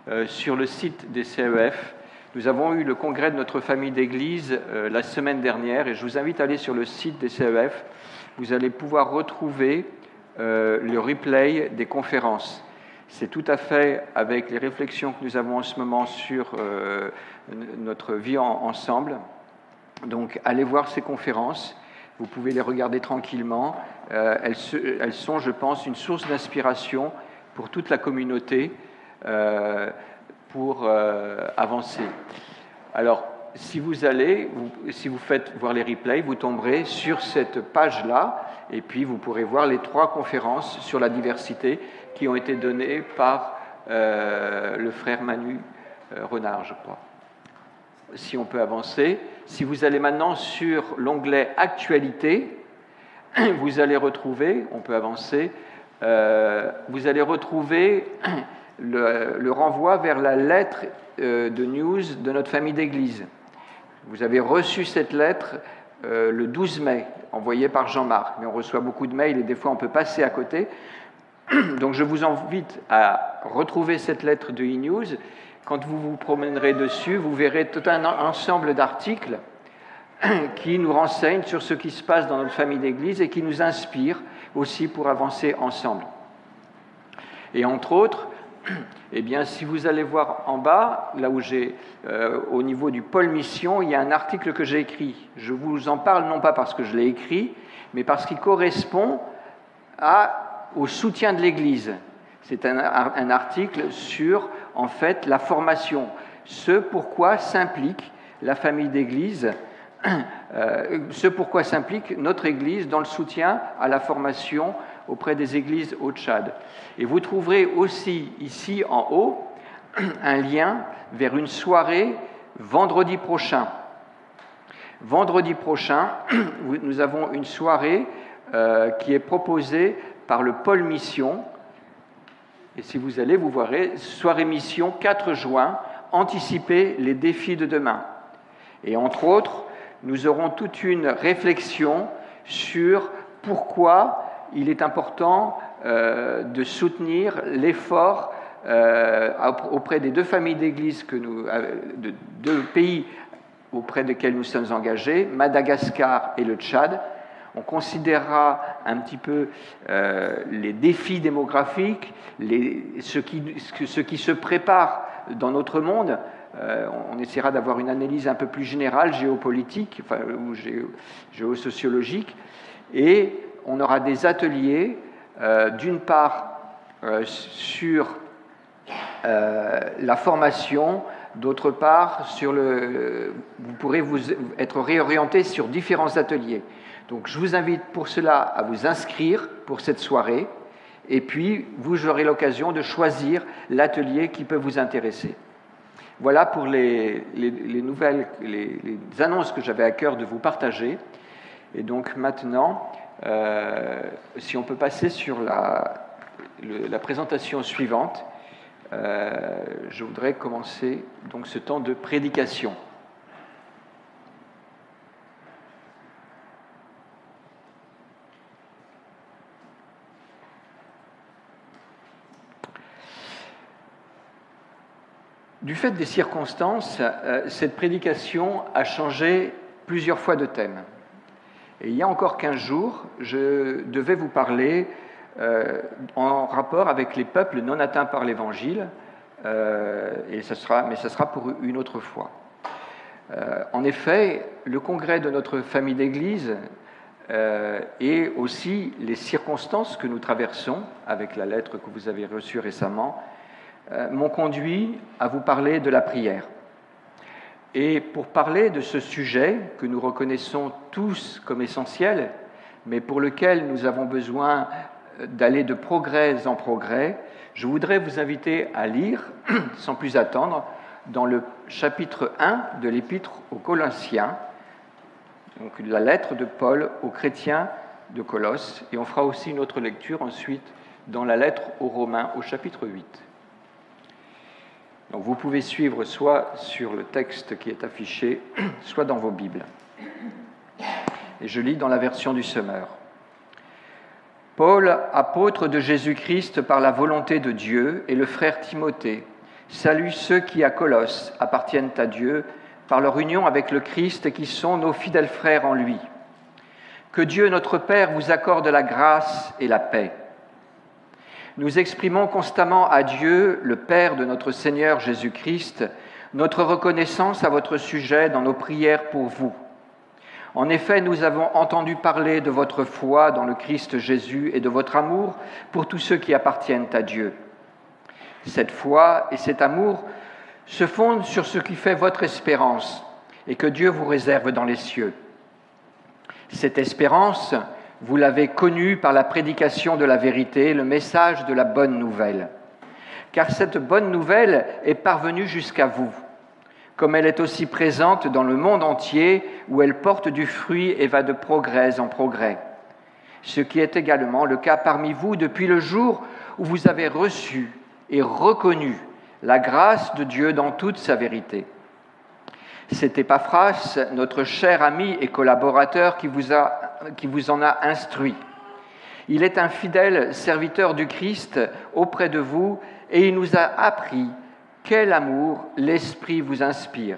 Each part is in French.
sur le site des CEF. Nous avons eu le congrès de notre famille d'église la semaine dernière et je vous invite à aller sur le site des CEF. Vous allez pouvoir retrouver le replay des conférences. C'est tout à fait avec les réflexions que nous avons en ce moment sur notre vie ensemble. Donc, allez voir ces conférences. Vous pouvez les regarder tranquillement. Elles sont, je pense, une source d'inspiration pour toute la communauté pour avancer. Alors, si vous faites voir les replays, vous tomberez sur cette page-là, et puis vous pourrez voir les 3 conférences sur la diversité qui ont été données par le frère Manu Renard, je crois. Si on peut avancer. Si vous allez maintenant sur l'onglet « Actualité », vous allez retrouver, on peut avancer, vous allez retrouver le renvoi vers la lettre de news de notre famille d'église. Vous avez reçu cette lettre le 12 mai, envoyée par Jean-Marc, mais on reçoit beaucoup de mails et des fois on peut passer à côté. Donc je vous invite à retrouver cette lettre de e-news. Quand vous vous promènerez dessus, vous verrez tout un ensemble d'articles qui nous renseignent sur ce qui se passe dans notre famille d'église et qui nous inspirent aussi pour avancer ensemble. Et entre autres, eh bien, si vous allez voir en bas, là où au niveau du pôle mission, il y a un article que j'ai écrit. Je vous en parle non pas parce que je l'ai écrit, mais parce qu'il correspond au soutien de l'Église. C'est un article sur, en fait, la formation. Ce pourquoi s'implique la famille d'Église, ce pourquoi s'implique notre Église dans le soutien à la formation auprès des églises au Tchad. Et vous trouverez aussi ici en haut un lien vers une soirée vendredi prochain. Vendredi prochain, nous avons une soirée qui est proposée par le pôle mission. Et si vous allez, vous verrez, soirée mission 4 juin, anticiper les défis de demain. Et entre autres, nous aurons toute une réflexion sur pourquoi il est important de soutenir l'effort auprès des 2 familles d'églises, de 2 pays auprès desquels nous sommes engagés, Madagascar et le Tchad. On considérera un petit peu les défis démographiques, ce qui se prépare dans notre monde. On essaiera d'avoir une analyse un peu plus générale, géopolitique, ou géosociologique, et on aura des ateliers, d'une part sur la formation, d'autre part vous pourrez être réorienté sur différents ateliers. Donc je vous invite pour cela à vous inscrire pour cette soirée, et puis vous aurez l'occasion de choisir l'atelier qui peut vous intéresser. Voilà pour les nouvelles, les annonces que j'avais à cœur de vous partager. Et donc maintenant, si on peut passer sur la présentation suivante, je voudrais commencer donc ce temps de prédication. Du fait des circonstances, cette prédication a changé plusieurs fois de thème. Et il y a encore 15 jours, je devais vous parler en rapport avec les peuples non atteints par l'Évangile, mais ça sera pour une autre fois. En effet, le congrès de notre famille d'Église et aussi les circonstances que nous traversons avec la lettre que vous avez reçue récemment m'ont conduit à vous parler de la prière. Et pour parler de ce sujet que nous reconnaissons tous comme essentiel, mais pour lequel nous avons besoin d'aller de progrès en progrès, je voudrais vous inviter à lire, sans plus attendre, dans le chapitre 1 de l'Épître aux Colossiens, donc la lettre de Paul aux chrétiens de Colosse, et on fera aussi une autre lecture ensuite dans la lettre aux Romains au chapitre 8. Donc vous pouvez suivre soit sur le texte qui est affiché, soit dans vos Bibles. Et je lis dans la version du Semeur. Paul, apôtre de Jésus-Christ par la volonté de Dieu, et le frère Timothée, Salue ceux qui, à Colosse, appartiennent à Dieu par leur union avec le Christ et qui sont nos fidèles frères en lui. Que Dieu, notre Père, vous accorde la grâce et la paix. Nous exprimons constamment à Dieu, le Père de notre Seigneur Jésus-Christ, notre reconnaissance à votre sujet dans nos prières pour vous. En effet, nous avons entendu parler de votre foi dans le Christ Jésus et de votre amour pour tous ceux qui appartiennent à Dieu. Cette foi et cet amour se fondent sur ce qui fait votre espérance et que Dieu vous réserve dans les cieux. Cette espérance, vous l'avez connue par la prédication de la vérité, le message de la bonne nouvelle. Car cette bonne nouvelle est parvenue jusqu'à vous, comme elle est aussi présente dans le monde entier où elle porte du fruit et va de progrès en progrès. Ce qui est également le cas parmi vous depuis le jour où vous avez reçu et reconnu la grâce de Dieu dans toute sa vérité. C'est Épaphras, notre cher ami et collaborateur, qui vous en a instruit. Il est un fidèle serviteur du Christ auprès de vous et il nous a appris quel amour l'Esprit vous inspire.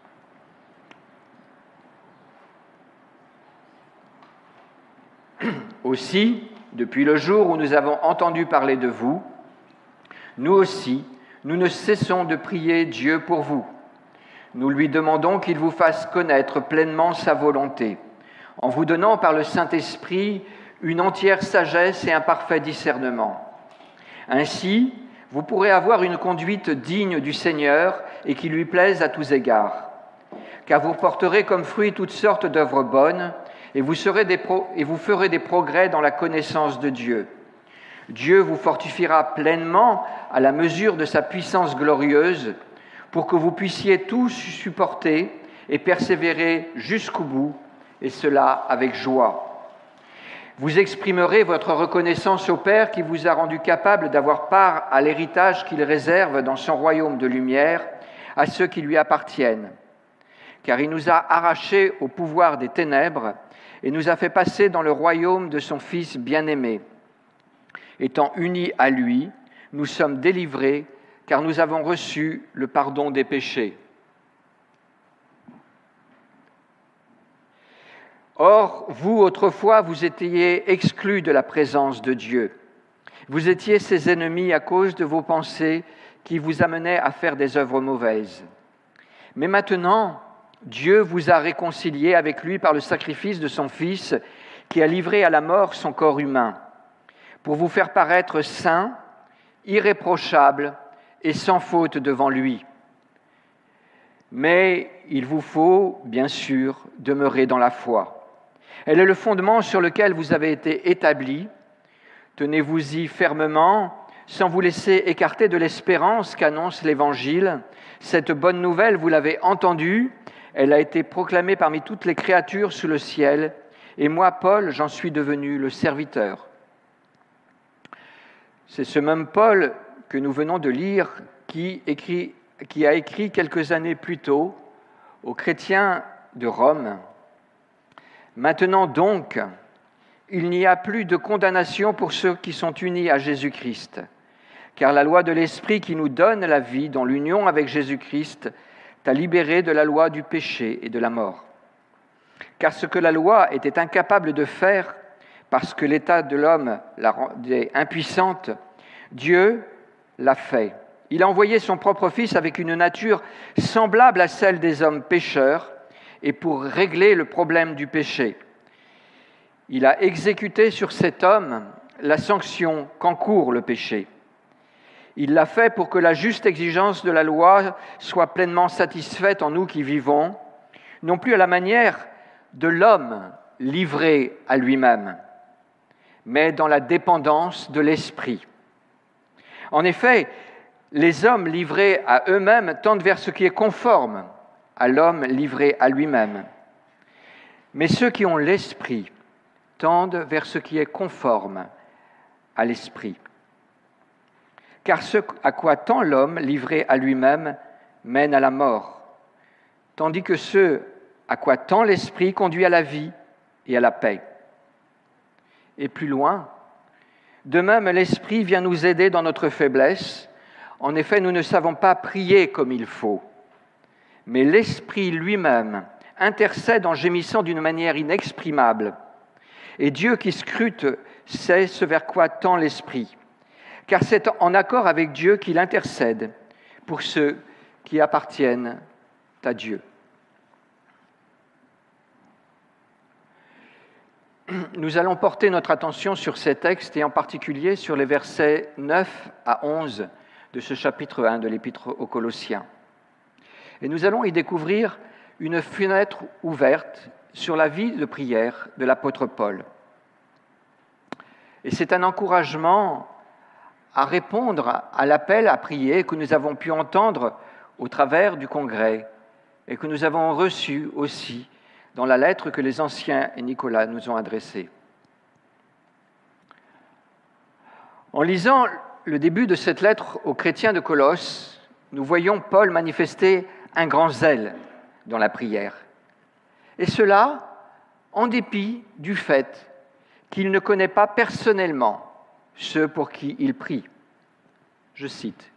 Aussi, depuis le jour où nous avons entendu parler de vous, nous aussi, nous ne cessons de prier Dieu pour vous. Nous lui demandons qu'il vous fasse connaître pleinement sa volonté, en vous donnant par le Saint-Esprit une entière sagesse et un parfait discernement. Ainsi, vous pourrez avoir une conduite digne du Seigneur et qui lui plaise à tous égards. Car vous porterez comme fruit toutes sortes d'œuvres bonnes et vous ferez des progrès dans la connaissance de Dieu. Dieu vous fortifiera pleinement à la mesure de sa puissance glorieuse pour que vous puissiez tous supporter et persévérer jusqu'au bout, et cela avec joie. Vous exprimerez votre reconnaissance au Père qui vous a rendu capable d'avoir part à l'héritage qu'il réserve dans son royaume de lumière à ceux qui lui appartiennent. Car il nous a arrachés au pouvoir des ténèbres et nous a fait passer dans le royaume de son Fils bien-aimé. Étant unis à lui, nous sommes délivrés car nous avons reçu le pardon des péchés. Or, vous, autrefois, vous étiez exclus de la présence de Dieu. Vous étiez ses ennemis à cause de vos pensées qui vous amenaient à faire des œuvres mauvaises. Mais maintenant, Dieu vous a réconciliés avec lui par le sacrifice de son Fils, qui a livré à la mort son corps humain, pour vous faire paraître saints, irréprochables et sans faute devant lui. Mais il vous faut, bien sûr, demeurer dans la foi. Elle est le fondement sur lequel vous avez été établis. Tenez-vous-y fermement, sans vous laisser écarter de l'espérance qu'annonce l'Évangile. Cette bonne nouvelle, vous l'avez entendue, elle a été proclamée parmi toutes les créatures sous le ciel, et moi, Paul, j'en suis devenu le serviteur. C'est ce même Paul que nous venons de lire qui a écrit quelques années plus tôt aux chrétiens de Rome. Maintenant donc, il n'y a plus de condamnation pour ceux qui sont unis à Jésus-Christ, car la loi de l'Esprit qui nous donne la vie dans l'union avec Jésus-Christ t'a libéré de la loi du péché et de la mort. Car ce que la loi était incapable de faire, parce que l'état de l'homme la rendait impuissante, Dieu l'a fait. Il a envoyé son propre Fils avec une nature semblable à celle des hommes pécheurs, et pour régler le problème du péché. Il a exécuté sur cet homme la sanction qu'encourt le péché. Il l'a fait pour que la juste exigence de la loi soit pleinement satisfaite en nous qui vivons, non plus à la manière de l'homme livré à lui-même, mais dans la dépendance de l'Esprit. En effet, les hommes livrés à eux-mêmes tendent vers ce qui est conforme à l'homme livré à lui-même. Mais ceux qui ont l'Esprit tendent vers ce qui est conforme à l'Esprit. Car ce à quoi tend l'homme livré à lui-même mène à la mort, tandis que ce à quoi tend l'Esprit conduit à la vie et à la paix. Et plus loin, de même l'Esprit vient nous aider dans notre faiblesse, En effet, nous ne savons pas prier comme il faut, mais l'Esprit lui-même intercède en gémissant d'une manière inexprimable. Et Dieu qui scrute sait ce vers quoi tend l'Esprit, car c'est en accord avec Dieu qu'il intercède pour ceux qui appartiennent à Dieu. Nous allons porter notre attention sur ces textes et en particulier sur les versets 9 à 11 de ce chapitre 1 de l'Épître aux Colossiens. Et nous allons y découvrir une fenêtre ouverte sur la vie de prière de l'apôtre Paul. Et c'est un encouragement à répondre à l'appel à prier que nous avons pu entendre au travers du congrès et que nous avons reçu aussi dans la lettre que les anciens et Nicolas nous ont adressée. En lisant le début de cette lettre aux chrétiens de Colosse, nous voyons Paul manifester un grand zèle dans la prière. Et cela en dépit du fait qu'il ne connaît pas personnellement ceux pour qui il prie. Je cite.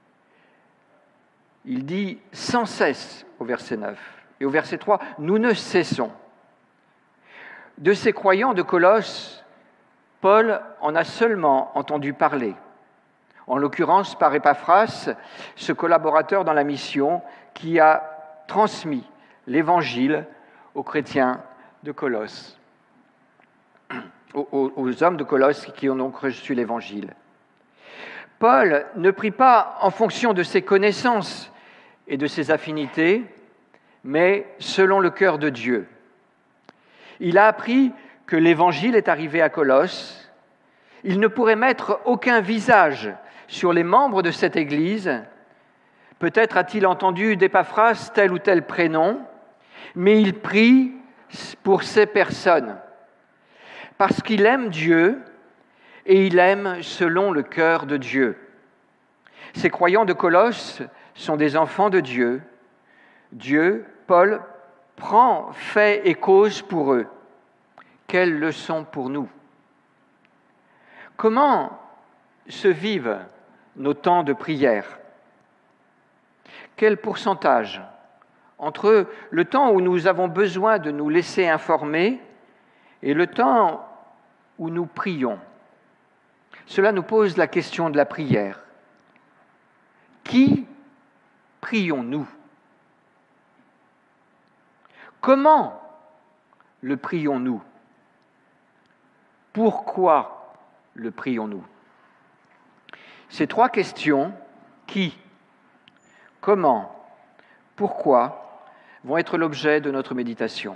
Il dit sans cesse au verset 9 et au verset 3, nous ne cessons. De ces croyants de Colosse, Paul en a seulement entendu parler, en l'occurrence par Épaphras, ce collaborateur dans la mission qui a transmis l'Évangile aux chrétiens de Colosse, aux hommes de Colosse qui ont donc reçu l'Évangile. Paul ne prie pas en fonction de ses connaissances et de ses affinités, mais selon le cœur de Dieu. Il a appris que l'Évangile est arrivé à Colosse. Il ne pourrait mettre aucun visage sur les membres de cette Église. Peut-être a-t-il entendu d'Épaphras tel ou tel prénom, mais il prie pour ces personnes, parce qu'il aime Dieu et il aime selon le cœur de Dieu. Ces croyants de Colosse sont des enfants de Dieu. Dieu, Paul, prend fait et cause pour eux. Quelle leçon pour nous! Comment se vivent nos temps de prière? Quel pourcentage entre le temps où nous avons besoin de nous laisser informer et le temps où nous prions? Cela nous pose la question de la prière. Qui prions-nous? Comment le prions-nous? Pourquoi le prions-nous? Ces trois questions, qui, comment, pourquoi, vont être l'objet de notre méditation.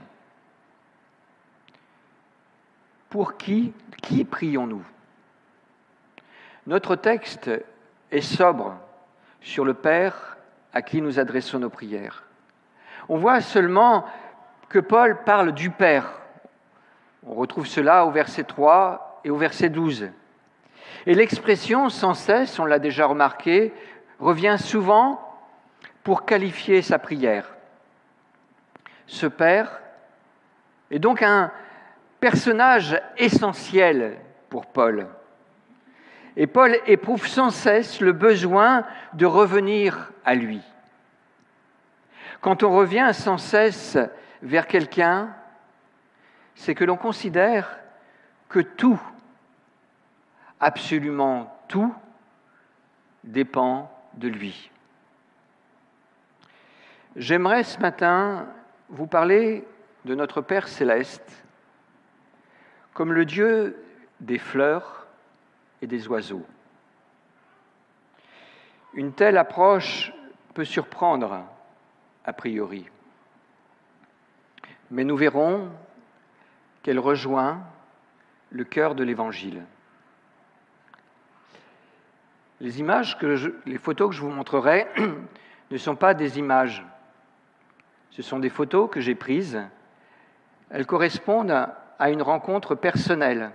Pour qui prions-nous? Notre texte est sobre sur le Père à qui nous adressons nos prières. On voit seulement que Paul parle du Père. On retrouve cela au verset 3 et au verset 12. Et l'expression sans cesse, on l'a déjà remarqué, revient souvent pour qualifier sa prière. Ce Père est donc un personnage essentiel pour Paul. Et Paul éprouve sans cesse le besoin de revenir à lui. Quand on revient sans cesse vers quelqu'un, c'est que l'on considère que tout, absolument tout, dépend de lui. J'aimerais ce matin vous parler de notre Père céleste comme le Dieu des fleurs et des oiseaux. Une telle approche peut surprendre a priori, mais nous verrons qu'elle rejoint le cœur de l'Évangile. Les photos que je vous montrerai ne sont pas des images. Ce sont des photos que j'ai prises. Elles correspondent à une rencontre personnelle.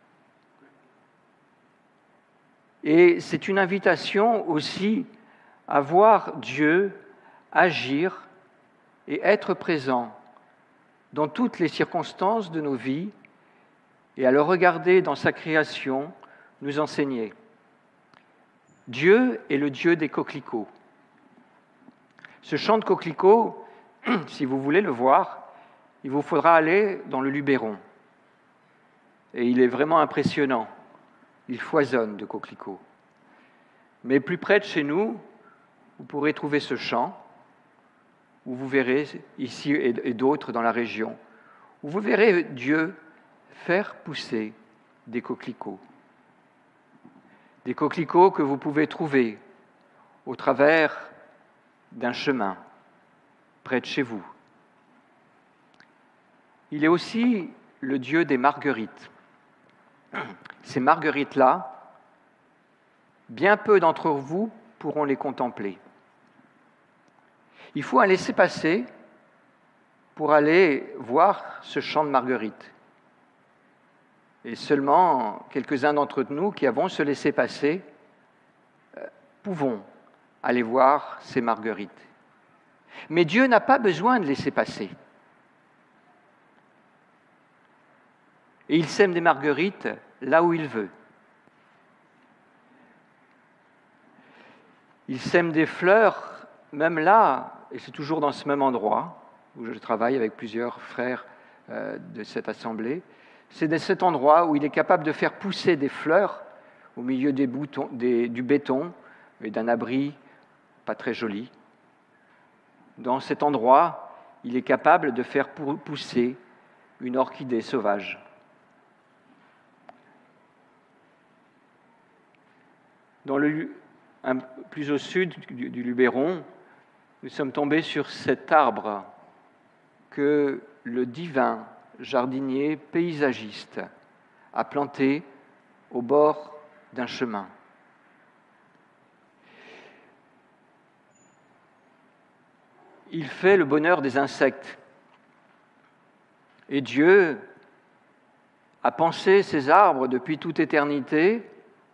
Et c'est une invitation aussi à voir Dieu agir et être présent dans toutes les circonstances de nos vies et à le regarder dans sa création nous enseigner. Dieu est le Dieu des coquelicots. Ce champ de coquelicots, si vous voulez le voir, il vous faudra aller dans le Luberon. Et il est vraiment impressionnant. Il foisonne de coquelicots. Mais plus près de chez nous, vous pourrez trouver ce champ, où vous verrez, ici et d'autres dans la région, où vous verrez Dieu faire pousser des coquelicots. Des coquelicots que vous pouvez trouver au travers d'un chemin, près de chez vous. Il est aussi le Dieu des marguerites. Ces marguerites-là, bien peu d'entre vous pourront les contempler. Il faut un laissez-passer pour aller voir ce champ de marguerites. Et seulement quelques-uns d'entre nous qui avons ce laissez-passer pouvons aller voir ces marguerites. Mais Dieu n'a pas besoin de laisser-passer. Et il sème des marguerites là où il veut. Il sème des fleurs, même là, et c'est toujours dans ce même endroit, où je travaille avec plusieurs frères de cette assemblée, c'est de cet endroit où il est capable de faire pousser des fleurs au milieu du béton et d'un abri pas très joli. Dans cet endroit, il est capable de faire pousser une orchidée sauvage. Plus au sud du Luberon, nous sommes tombés sur cet arbre que le divin jardinier paysagiste a planté au bord d'un chemin. Il fait le bonheur des insectes. Et Dieu a pensé ces arbres depuis toute éternité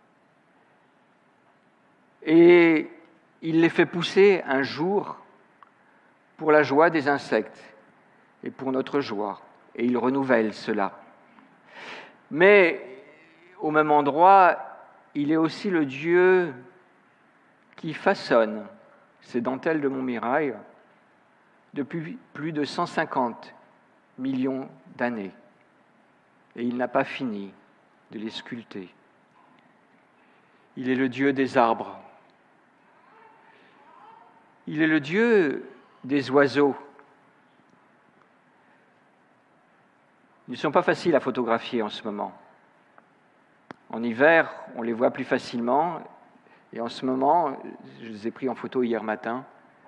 et il les fait pousser un jour pour la joie des insectes et pour notre joie. Et il renouvelle cela. Mais au même endroit, il est aussi le Dieu qui façonne ces dentelles de Montmirail depuis plus de 150 millions d'années. Et il n'a pas fini de les sculpter. Il est le Dieu des arbres. Il est le Dieu des oiseaux. Ils ne sont pas faciles à photographier en ce moment. En hiver, on les voit plus facilement. Et en ce moment, je les ai pris en photo hier matin,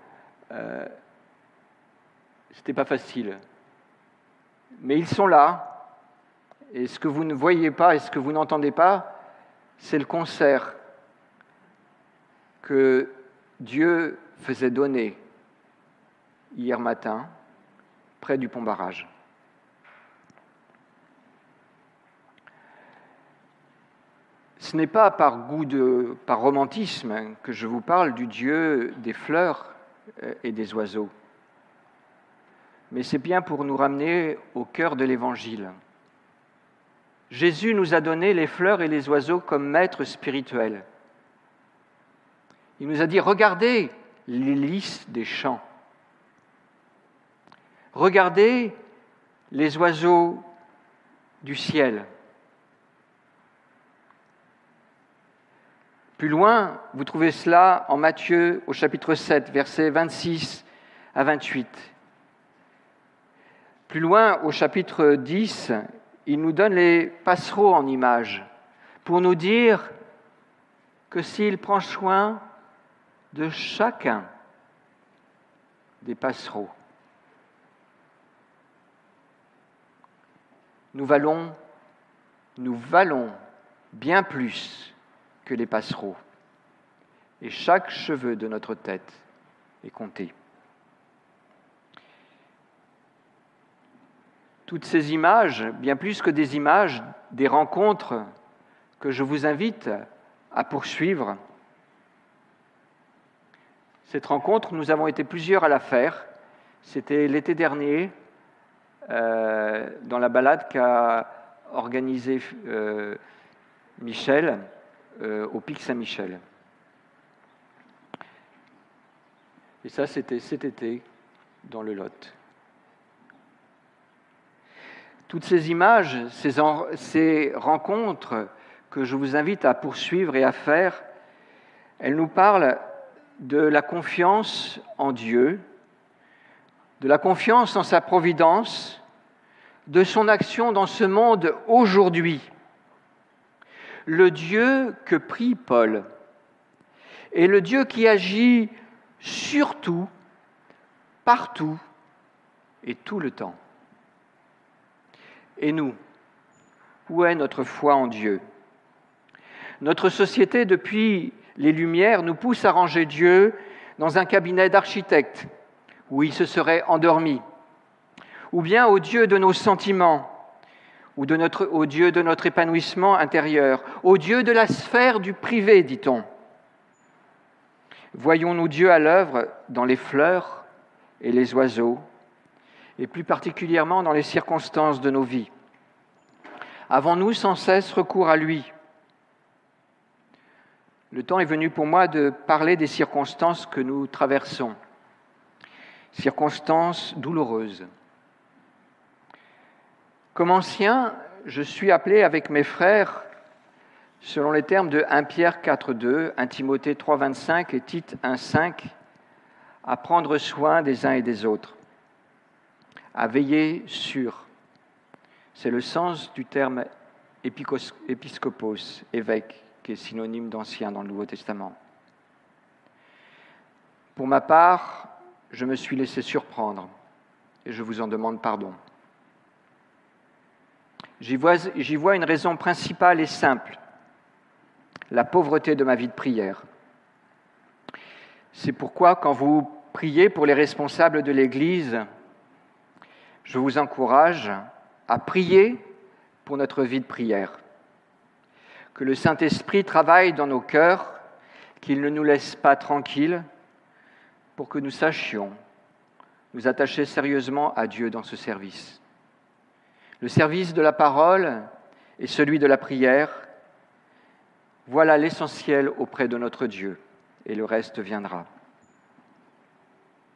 c'était pas facile. Mais ils sont là. Et ce que vous ne voyez pas et ce que vous n'entendez pas, c'est le concert que Dieu faisait donner hier matin près du pont barrage. Ce n'est pas par romantisme que je vous parle du Dieu des fleurs et des oiseaux, mais c'est bien pour nous ramener au cœur de l'Évangile. Jésus nous a donné les fleurs et les oiseaux comme maîtres spirituels. Il nous a dit « Regardez les lys des champs. Regardez les oiseaux du ciel. » Plus loin, vous trouvez cela en Matthieu au chapitre 7, versets 26 à 28. Plus loin, au chapitre 10, il nous donne les passereaux en image pour nous dire que s'il prend soin de chacun des passereaux, nous valons bien plus que les passereaux. Et chaque cheveu de notre tête est compté. Toutes ces images, bien plus que des images, des rencontres que je vous invite à poursuivre. Cette rencontre, nous avons été plusieurs à la faire. C'était l'été dernier, dans la balade qu'a organisée Michel au Pic Saint-Michel. Et ça, c'était cet été, dans le Lot. Toutes ces images, ces rencontres que je vous invite à poursuivre et à faire, elles nous parlent de la confiance en Dieu, de la confiance en sa providence, de son action dans ce monde aujourd'hui. Le Dieu que prie Paul est le Dieu qui agit surtout, partout et tout le temps. Et nous, où est notre foi en Dieu ? Notre société, depuis les Lumières, nous pousse à ranger Dieu dans un cabinet d'architecte, où il se serait endormi, ou bien au Dieu de nos sentiments, ou au Dieu de notre épanouissement intérieur, au Dieu de la sphère du privé, dit-on. Voyons-nous Dieu à l'œuvre dans les fleurs et les oiseaux, et plus particulièrement dans les circonstances de nos vies. Avons-nous sans cesse recours à lui ? Le temps est venu pour moi de parler des circonstances que nous traversons, circonstances douloureuses. Comme ancien, je suis appelé avec mes frères, selon les termes de 1 Pierre 4,2, 1 Timothée 3,25 et Tite 1,5, à prendre soin des uns et des autres, à veiller sur. C'est le sens du terme épiscopos, évêque, qui est synonyme d'ancien dans le Nouveau Testament. Pour ma part, je me suis laissé surprendre et je vous en demande pardon. J'y vois une raison principale et simple, la pauvreté de ma vie de prière. C'est pourquoi, quand vous priez pour les responsables de l'Église, je vous encourage à prier pour notre vie de prière. Que le Saint-Esprit travaille dans nos cœurs, qu'il ne nous laisse pas tranquilles, pour que nous sachions nous attacher sérieusement à Dieu dans ce service. Le service de la parole et celui de la prière, voilà l'essentiel auprès de notre Dieu, et le reste viendra. Comment ?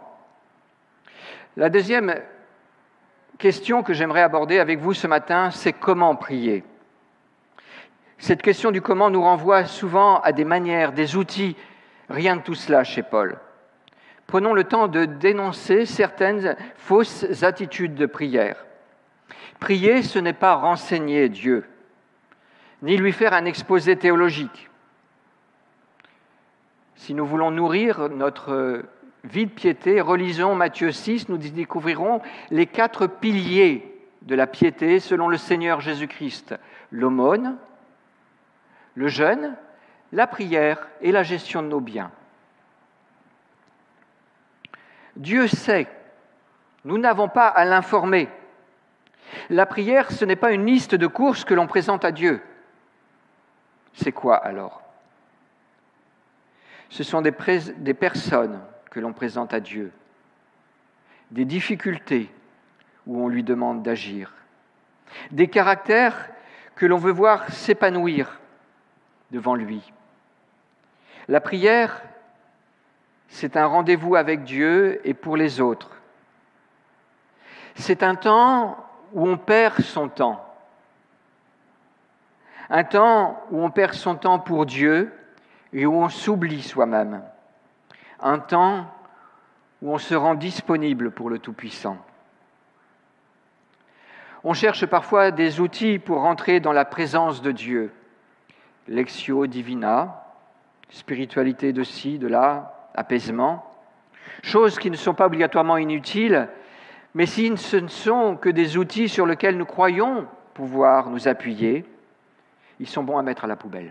La deuxième question que j'aimerais aborder avec vous ce matin, c'est comment prier ? Cette question du comment nous renvoie souvent à des manières, des outils, rien de tout cela chez Paul. Prenons le temps de dénoncer certaines fausses attitudes de prière. Prier, ce n'est pas renseigner Dieu, ni lui faire un exposé théologique. Si nous voulons nourrir notre vie de piété, relisons Matthieu 6, nous découvrirons les 4 piliers de la piété selon le Seigneur Jésus-Christ. L'aumône, le jeûne, la prière et la gestion de nos biens. Dieu sait, nous n'avons pas à l'informer. La prière, ce n'est pas une liste de courses que l'on présente à Dieu. C'est quoi alors ? Ce sont des personnes que l'on présente à Dieu, des difficultés où on lui demande d'agir, des caractères que l'on veut voir s'épanouir devant lui. La prière, c'est un rendez-vous avec Dieu et pour les autres. C'est un temps où on perd son temps. Un temps où on perd son temps pour Dieu et où on s'oublie soi-même. Un temps où on se rend disponible pour le Tout-Puissant. On cherche parfois des outils pour rentrer dans la présence de Dieu. Lectio divina, spiritualité de ci, de là, apaisement. Choses qui ne sont pas obligatoirement inutiles, mais si ce ne sont que des outils sur lesquels nous croyons pouvoir nous appuyer, ils sont bons à mettre à la poubelle.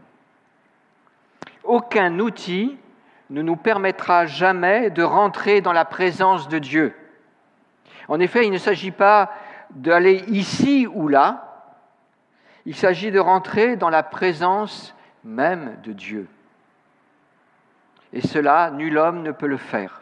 Aucun outil ne nous permettra jamais de rentrer dans la présence de Dieu. En effet, il ne s'agit pas d'aller ici ou là, il s'agit de rentrer dans la présence même de Dieu. Et cela, nul homme ne peut le faire.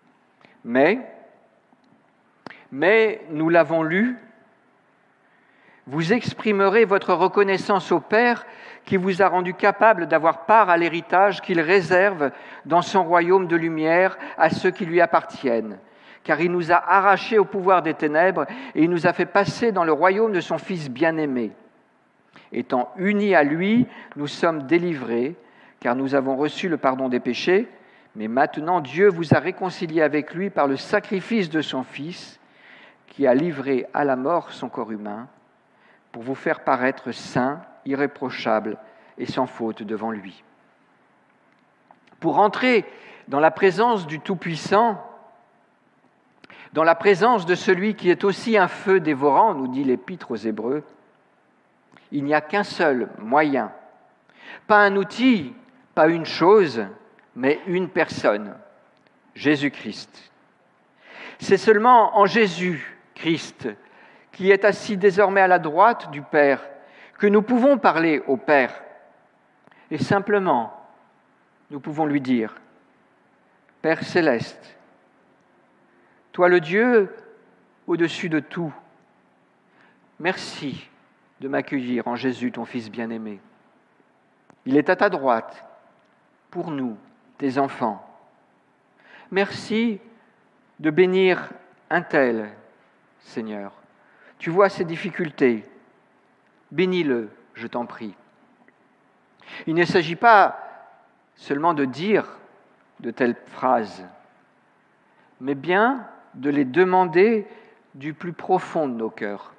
Mais nous l'avons lu, Vous exprimerez votre reconnaissance au Père qui vous a rendu capable d'avoir part à l'héritage qu'il réserve dans son royaume de lumière à ceux qui lui appartiennent. Car il nous a arrachés au pouvoir des ténèbres et il nous a fait passer dans le royaume de son Fils bien-aimé. Étant unis à lui, nous sommes délivrés, car nous avons reçu le pardon des péchés, mais maintenant Dieu vous a réconciliés avec lui par le sacrifice de son Fils, qui a livré à la mort son corps humain, pour vous faire paraître saints, irréprochables et sans faute devant lui. Pour entrer dans la présence du Tout-Puissant, dans la présence de celui qui est aussi un feu dévorant, nous dit l'Épître aux Hébreux, il n'y a qu'un seul moyen, pas un outil, pas une chose, mais une personne, Jésus-Christ. C'est seulement en Jésus-Christ, qui est assis désormais à la droite du Père, que nous pouvons parler au Père. Et simplement, nous pouvons lui dire, « Père céleste, toi le Dieu au-dessus de tout, merci de m'accueillir en Jésus, ton Fils bien-aimé. Il est à ta droite, pour nous, tes enfants. Merci de bénir un tel, Seigneur. Tu vois ses difficultés. Bénis-le, je t'en prie. » Il ne s'agit pas seulement de dire de telles phrases, mais bien de les demander du plus profond de nos cœurs.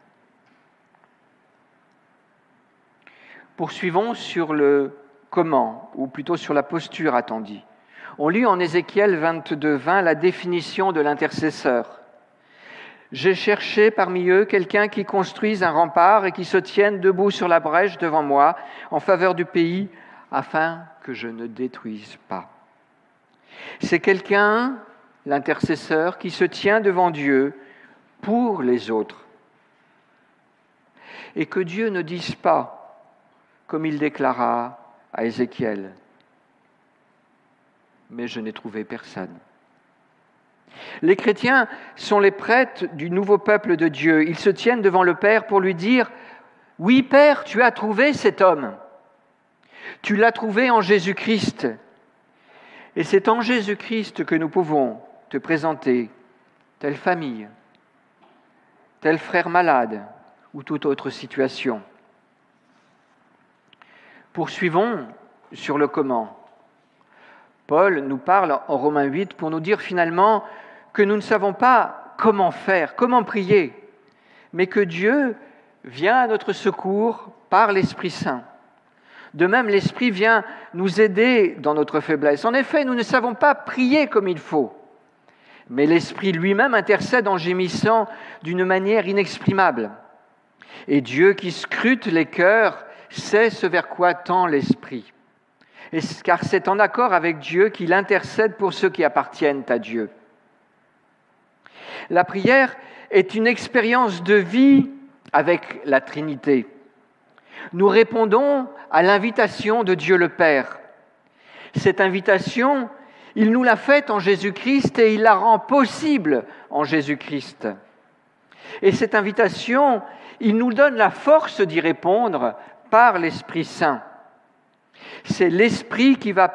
Poursuivons sur le comment, ou plutôt sur la posture attendue. On lit en Ézéchiel 22:20 la définition de l'intercesseur. « J'ai cherché parmi eux quelqu'un qui construise un rempart et qui se tienne debout sur la brèche devant moi en faveur du pays, afin que je ne détruise pas. » C'est quelqu'un, l'intercesseur, qui se tient devant Dieu pour les autres. Et que Dieu ne dise pas, comme il déclara à Ézéchiel, « Mais je n'ai trouvé personne. » Les chrétiens sont les prêtres du nouveau peuple de Dieu. Ils se tiennent devant le Père pour lui dire « Oui, Père, tu as trouvé cet homme. Tu l'as trouvé en Jésus-Christ. Et c'est en Jésus-Christ que nous pouvons te présenter telle famille, tel frère malade ou toute autre situation. » Poursuivons sur le comment. Paul nous parle en Romains 8 pour nous dire finalement que nous ne savons pas comment faire, comment prier, mais que Dieu vient à notre secours par l'Esprit Saint. De même, l'Esprit vient nous aider dans notre faiblesse. En effet, nous ne savons pas prier comme il faut, mais l'Esprit lui-même intercède en gémissant d'une manière inexprimable. Et Dieu qui scrute les cœurs sait ce vers quoi tend l'Esprit. Car c'est en accord avec Dieu qu'il intercède pour ceux qui appartiennent à Dieu. La prière est une expérience de vie avec la Trinité. Nous répondons à l'invitation de Dieu le Père. Cette invitation, il nous l'a faite en Jésus-Christ et il la rend possible en Jésus-Christ. Et cette invitation, il nous donne la force d'y répondre par l'Esprit Saint. C'est l'Esprit qui va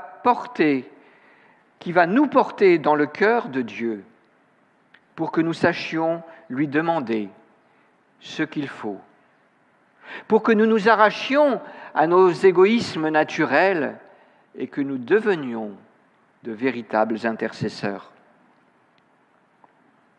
nous porter dans le cœur de Dieu pour que nous sachions lui demander ce qu'il faut, pour que nous nous arrachions à nos égoïsmes naturels et que nous devenions de véritables intercesseurs. Pourquoi ?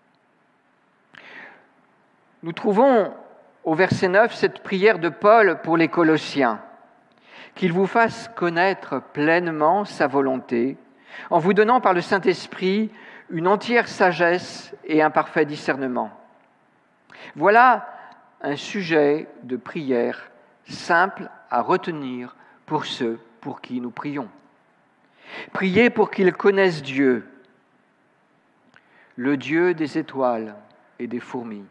Nous trouvons au verset 9 cette prière de Paul pour les Colossiens, qu'il vous fasse connaître pleinement sa volonté, en vous donnant par le Saint-Esprit une entière sagesse et un parfait discernement. Voilà un sujet de prière simple à retenir pour ceux pour qui nous prions. Priez pour qu'ils connaissent Dieu, le Dieu des étoiles et des fourmis,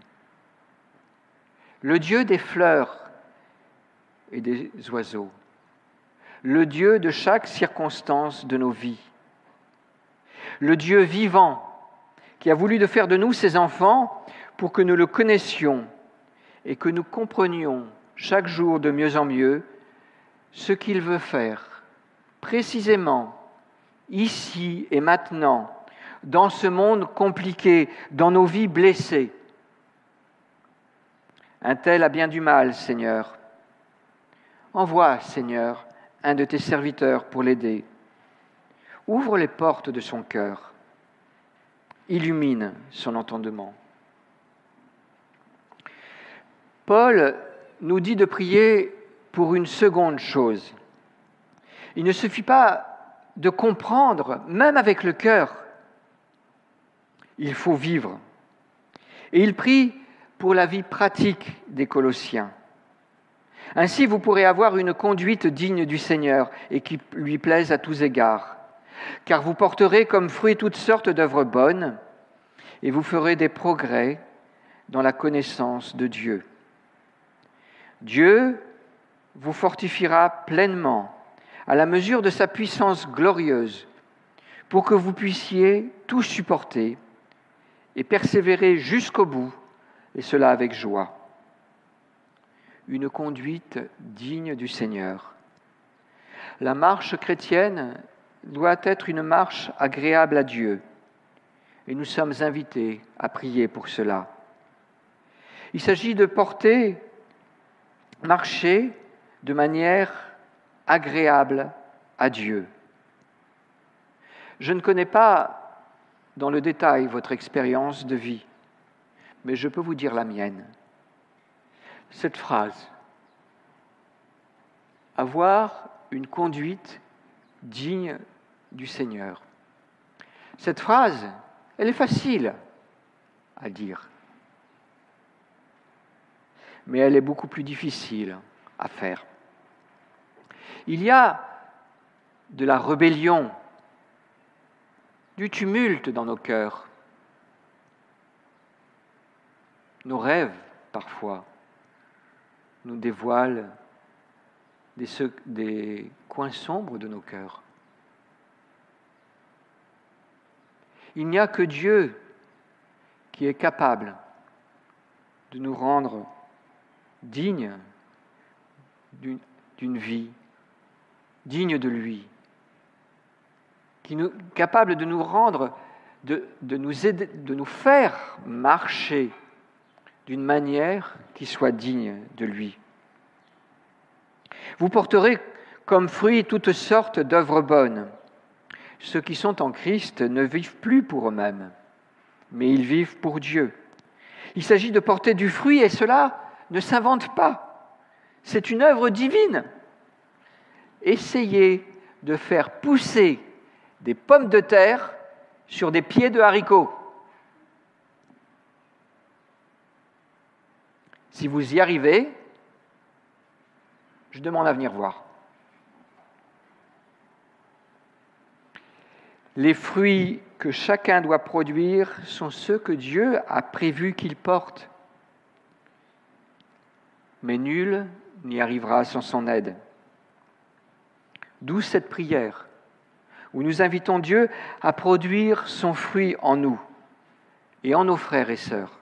le Dieu des fleurs et des oiseaux, le Dieu de chaque circonstance de nos vies, le Dieu vivant qui a voulu de faire de nous ses enfants pour que nous le connaissions et que nous comprenions chaque jour de mieux en mieux ce qu'il veut faire, précisément, ici et maintenant, dans ce monde compliqué, dans nos vies blessées. Un tel a bien du mal, Seigneur. Envoie, Seigneur, un de tes serviteurs pour l'aider. Ouvre les portes de son cœur. Illumine son entendement. Paul nous dit de prier pour une seconde chose. Il ne suffit pas de comprendre, même avec le cœur. Il faut vivre. Et il prie pour la vie pratique des Colossiens. Ainsi, vous pourrez avoir une conduite digne du Seigneur et qui lui plaise à tous égards, car vous porterez comme fruit toutes sortes d'œuvres bonnes et vous ferez des progrès dans la connaissance de Dieu. Dieu vous fortifiera pleinement à la mesure de sa puissance glorieuse pour que vous puissiez tout supporter et persévérer jusqu'au bout, et cela avec joie. Une conduite digne du Seigneur. La marche chrétienne doit être une marche agréable à Dieu, et nous sommes invités à prier pour cela. Il s'agit de marcher de manière agréable à Dieu. Je ne connais pas dans le détail votre expérience de vie, mais je peux vous dire la mienne. Cette phrase, avoir une conduite digne du Seigneur. Cette phrase, elle est facile à dire, mais elle est beaucoup plus difficile à faire. Il y a de la rébellion, du tumulte dans nos cœurs. Nos rêves, parfois, nous dévoilent des coins sombres de nos cœurs. Il n'y a que Dieu qui est capable de nous rendre dignes d'une vie, digne de lui, qui est capable de nous rendre, de nous aider, de nous faire marcher d'une manière qui soit digne de lui. Vous porterez comme fruit toutes sortes d'œuvres bonnes. Ceux qui sont en Christ ne vivent plus pour eux-mêmes, mais ils vivent pour Dieu. Il s'agit de porter du fruit et cela ne s'invente pas. C'est une œuvre divine. Essayez de faire pousser des pommes de terre sur des pieds de haricots. Si vous y arrivez, je demande à venir voir. Les fruits que chacun doit produire sont ceux que Dieu a prévu qu'il porte. Mais nul n'y arrivera sans son aide. D'où cette prière, où nous invitons Dieu à produire son fruit en nous et en nos frères et sœurs.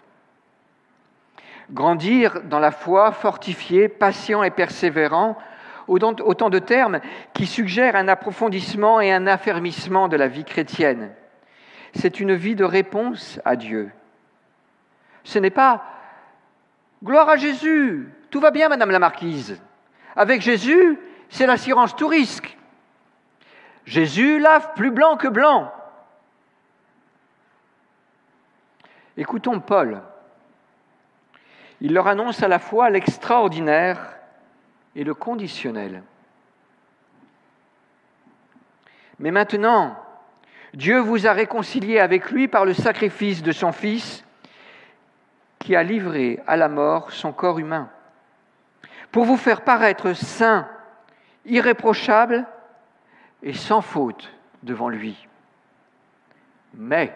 Grandir dans la foi, fortifié, patient et persévérant, autant de termes qui suggèrent un approfondissement et un affermissement de la vie chrétienne. C'est une vie de réponse à Dieu. Ce n'est pas « Gloire à Jésus, tout va bien, Madame la Marquise. Avec Jésus, c'est l'assurance tout risque. Jésus lave plus blanc que blanc. » Écoutons Paul. Il leur annonce à la fois l'extraordinaire et le conditionnel. Mais maintenant, Dieu vous a réconciliés avec lui par le sacrifice de son Fils qui a livré à la mort son corps humain, pour vous faire paraître saints, irréprochables et sans faute devant lui. Mais,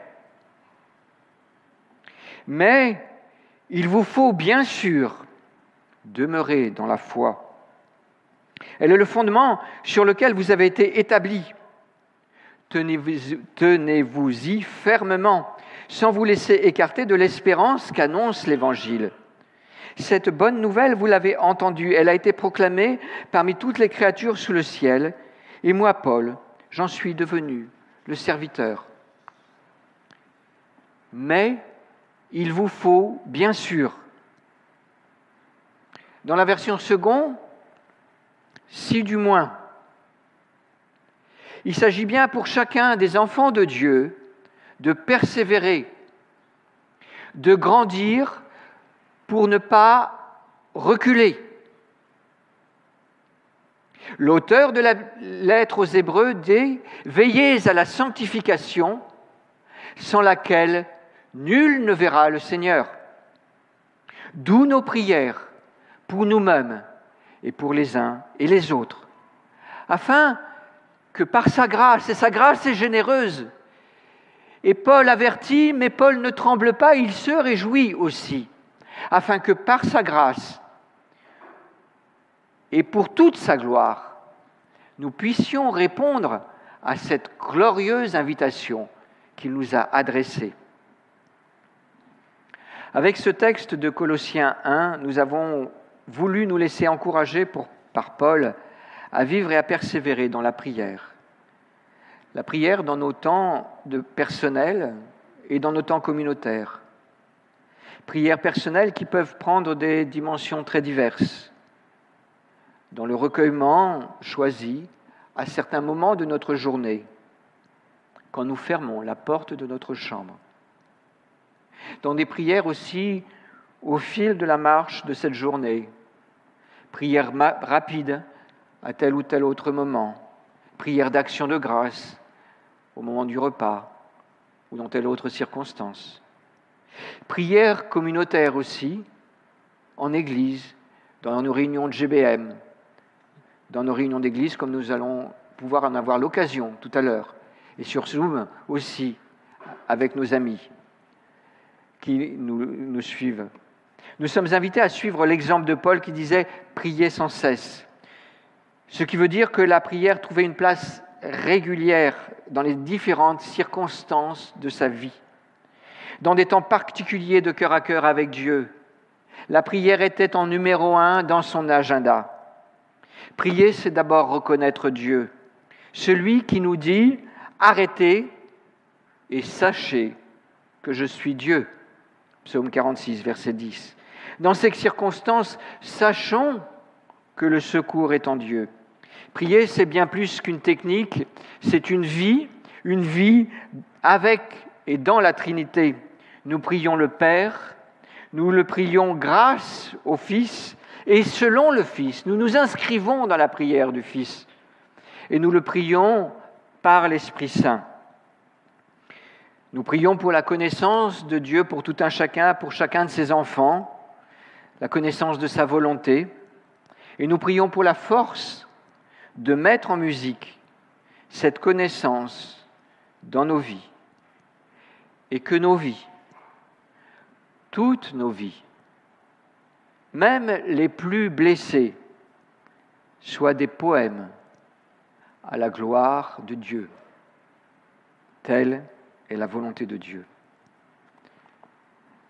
il vous faut bien sûr demeurer dans la foi. Elle est le fondement sur lequel vous avez été établis. Tenez-vous-y fermement. sans vous laisser écarter de l'espérance qu'annonce l'Évangile. Cette bonne nouvelle, vous l'avez entendue, elle a été proclamée parmi toutes les créatures sous le ciel, et moi, Paul, j'en suis devenu le serviteur. Mais il vous faut, bien sûr, dans la version seconde, si du moins, il s'agit bien pour chacun des enfants de Dieu de persévérer, de grandir pour ne pas reculer. L'auteur de la lettre aux Hébreux dit « Veillez à la sanctification, sans laquelle nul ne verra le Seigneur. » D'où nos prières pour nous-mêmes et pour les uns et les autres, afin que par sa grâce, et sa grâce est généreuse, et Paul avertit, mais Paul ne tremble pas, il se réjouit aussi, afin que par sa grâce et pour toute sa gloire, nous puissions répondre à cette glorieuse invitation qu'il nous a adressée. Avec ce texte de Colossiens 1, nous avons voulu nous laisser encourager par Paul à vivre et à persévérer dans la prière. La prière dans nos temps de personnel et dans nos temps communautaires. Prières personnelles qui peuvent prendre des dimensions très diverses. Dans le recueillement choisi à certains moments de notre journée, quand nous fermons la porte de notre chambre. Dans des prières aussi au fil de la marche de cette journée. Prières rapides à tel ou tel autre moment. Prières d'action de grâce au moment du repas ou dans telle autre circonstance. Prières communautaires aussi, en Église, dans nos réunions de GBM, dans nos réunions d'Église comme nous allons pouvoir en avoir l'occasion tout à l'heure, et sur Zoom aussi avec nos amis qui nous suivent. Nous sommes invités à suivre l'exemple de Paul qui disait « priez sans cesse », ce qui veut dire que la prière trouvait une place régulière dans les différentes circonstances de sa vie. Dans des temps particuliers de cœur à cœur avec Dieu, la prière était en numéro 1 dans son agenda. Prier, c'est d'abord reconnaître Dieu, celui qui nous dit « Arrêtez et sachez que je suis Dieu ». Psaume 46, verset 10. Dans ces circonstances, sachons que le secours est en Dieu. Prier, c'est bien plus qu'une technique, c'est une vie avec et dans la Trinité. Nous prions le Père, nous le prions grâce au Fils, et selon le Fils, nous nous inscrivons dans la prière du Fils, et nous le prions par l'Esprit Saint. Nous prions pour la connaissance de Dieu pour tout un chacun, pour chacun de ses enfants, la connaissance de sa volonté, et nous prions pour la force de mettre en musique cette connaissance dans nos vies, et que nos vies, toutes nos vies, même les plus blessés, soient des poèmes à la gloire de Dieu. Telle est la volonté de Dieu.